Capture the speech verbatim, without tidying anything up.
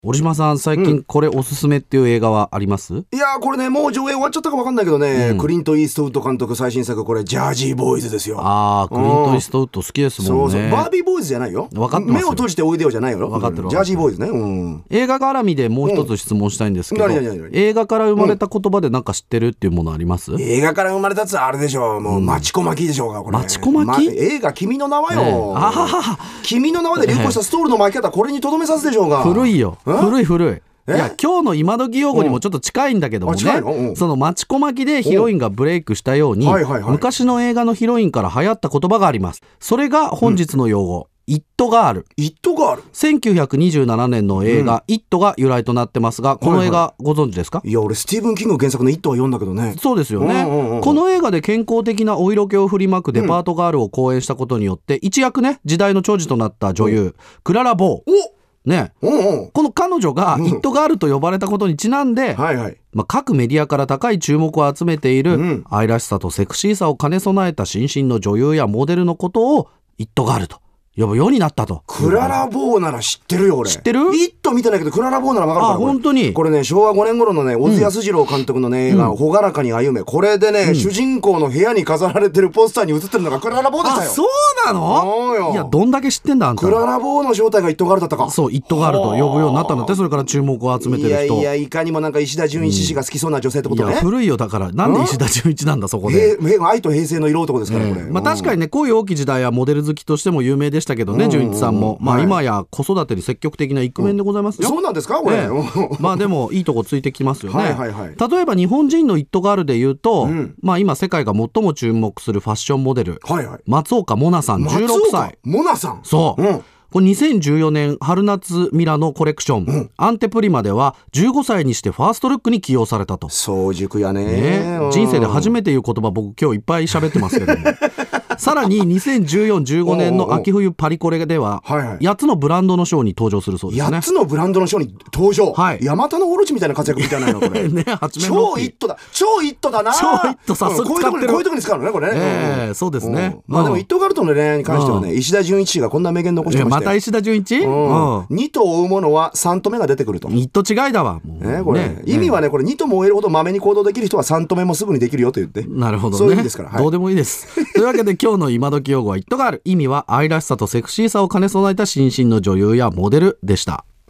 折島さん、最近これおすすめっていう映画はあります？ いやーこれねもう上映終わっちゃったか分かんないけどね、 うんクリント・イーストウッド監督最新作、これジャージーボーイズですよ。 あークリント・イーストウッド好きですもんね。 そうそうバービーボーイズじゃないよ。 分かってますよ。 目を閉じておいでよじゃないよ。 分かってるジャージーボーイズね、うん、 映画絡みでもう一つ質問したいんですけど、 うん何何何映画から生まれた言葉で何か知ってるっていうものあります？ 映画から生まれたやつはあれでしょう、もうマチコマキでしょうかこれ。 マチコマキま映画君の名はよ、 ねえあはは君の名はで流行したストールの巻き方、これにとどめさすでしょうが。 古いよ、古い古い。いえや今日の今時用語にもちょっと近いんだけどもね、 うんあ近いのうんそのマチコマキでヒロインがブレイクしたように、 はいはいはい昔の映画のヒロインから流行った言葉があります。それが本日の用語、イットガール。 イットガール。 せんきゅうひゃくにじゅうななねんの映画、イットが由来となってますが、この映画ご存知ですか？ いや俺スティーブン・キング原作のイットは読んだけどね。 そうですよね、 うんうんうんこの映画で健康的なお色気を振りまくデパートガールを講演したことによって、一躍ね時代の寵児となった女優、クララ・ボーおね、 うんうんこの彼女がイットガールと呼ばれたことにちなんで、 はいはい。 まあ、各メディアから高い注目を集めている、 うん愛らしさとセクシーさを兼ね備えた新進の女優やモデルのことをイットガールと呼ぶようになったと。 クララ・ボーなら知ってるよ俺。 知ってる？ イット見てないけどクララ・ボーなら分かるから。 あ本当にこれね昭和ごねん頃のね小津安二郎監督のね、映画「朗らかに歩め」、これでね、主人公の部屋に飾られてるポスターに写ってるのがクララ・ボーでしたよ。 あそうなの？ そうよ。 いやどんだけ知ってんだあんた。 クララ・ボーの正体がイットガールだったか。 そうイットガールと呼ぶようになったんだって。それから注目を集めてる人。 いやいやいかにもなんか石田純一氏が好きそうな女性ってことね。 いや古いよ。だからなんで石田純一なんだそこで。 平平愛と平成の色男ですからこれ、 まあ、確かにね恋多き時代はモデル好きとしても有名でしたけどね、純一さんも、まあ、 はい今や子育てに積極的なイクメンでございますよ、 そうなんですかこれ、 ええまあでもいいとこついてきますよね。 はいはいはい例えば日本人のイットガールで言うと、 んまあ、今世界が最も注目するファッションモデル、 はいはい。 松岡モナさんじゅうろくさい。 モナさん。 そう、 うんこれにせんじゅうよねん春夏ミラノコレクション、アンテプリマではじゅうごさいにしてファーストルックに起用されたと。 早熟やねね、人生で初めて言う言葉僕今日いっぱい喋ってますけどもさらににせんじゅうよん、じゅうごねんの秋冬パリコレでははいはいやっつのブランドのショーに登場するそうですね。 やっつのブランドのショーに登場、 はいヤマタノオロチみたいな活躍みたいなのこれね八面六臂超イットだ超イットだな超イット早速うんこういうとこに使ってるこういうとこに使うのねこれね、 ええそうですね、 うんまあでもイットガールとの恋愛に関してはね、 う石田純一氏がこんな名言残してましたよ。 また石田純一、 うんうんにと追うものはさんと目が出てくると、 イット違いだわもうねこれね意味はねこれにとも追えるほどまめに行動できる人はさんと目もすぐにできるよと言って、 なるほどね。 そういう意味ですから、はいどうでもいいですというわけで今日の今時用語はイットガール。意味は愛らしさとセクシーさを兼ね備えた新進の女優やモデルでした。